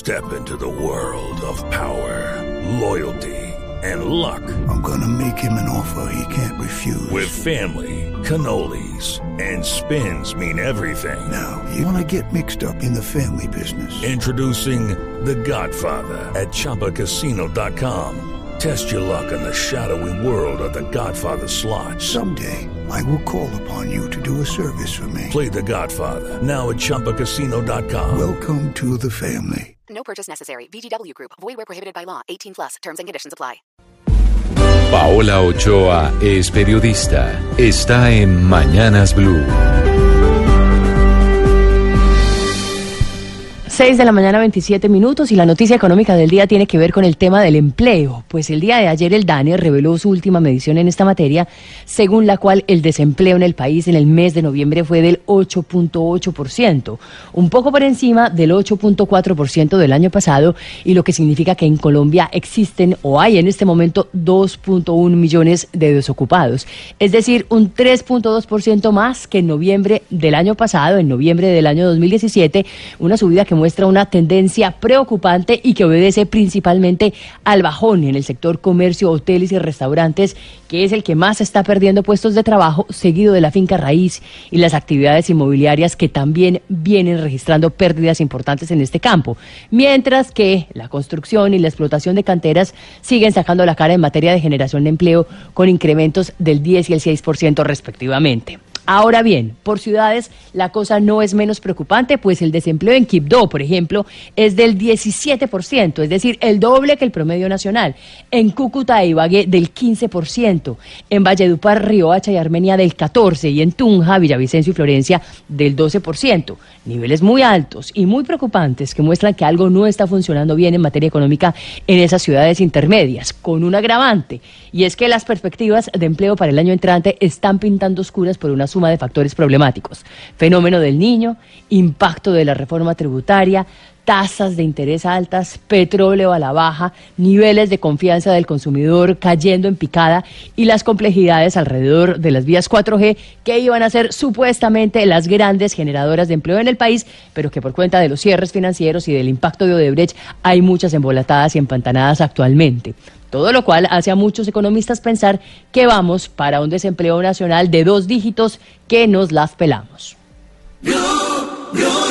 Step into the world of power, loyalty, and luck. I'm gonna make him an offer he can't refuse. With family, cannolis, and spins mean everything. Now, you wanna get mixed up in the family business. Introducing The Godfather at ChumbaCasino.com. Test your luck in the shadowy world of The Godfather slot. Someday, I will call upon you to do a service for me. Play The Godfather, now at ChumbaCasino.com. Welcome to the family. No purchase necessary. VGW Group. Void where prohibited by law. 18+. Terms and conditions apply. Paola Ochoa es periodista. Está en Mañanas Blue. 6 de la mañana, 27 minutos, y la noticia económica del día tiene que ver con el tema del empleo. Pues el día de ayer el DANE reveló su última medición en esta materia, según la cual el desempleo en el país en el mes de noviembre fue del 8.8%, un poco por encima del 8.4% del año pasado, y lo que significa que en Colombia existen o hay en este momento 2.1 millones de desocupados, es decir, un 3.2% más que en noviembre del año pasado, en noviembre del año 2017, una subida que muestra una tendencia preocupante y que obedece principalmente al bajón en el sector comercio, hoteles y restaurantes, que es el que más está perdiendo puestos de trabajo, seguido de la finca raíz y las actividades inmobiliarias, que también vienen registrando pérdidas importantes en este campo, mientras que la construcción y la explotación de canteras siguen sacando la cara en materia de generación de empleo, con incrementos del 10 y el 6% respectivamente. Ahora bien, por ciudades la cosa no es menos preocupante, pues el desempleo en Quibdó, por ejemplo, es del 17%, es decir, el doble que el promedio nacional. En Cúcuta e Ibagué del 15%, en Valledupar, Riohacha y Armenia del 14%, y en Tunja, Villavicencio y Florencia del 12%. Niveles muy altos y muy preocupantes que muestran que algo no está funcionando bien en materia económica en esas ciudades intermedias, con un agravante, y es que las perspectivas de empleo para el año entrante están pintando oscuras por una suma de factores problemáticos: fenómeno del Niño, impacto de la reforma tributaria, tasas de interés altas, petróleo a la baja, niveles de confianza del consumidor cayendo en picada, y las complejidades alrededor de las vías 4G, que iban a ser supuestamente las grandes generadoras de empleo en el país, pero que por cuenta de los cierres financieros y del impacto de Odebrecht hay muchas embolatadas y empantanadas actualmente. Todo lo cual hace a muchos economistas pensar que vamos para un desempleo nacional de 2 dígitos, que nos las pelamos. Blue, Blue.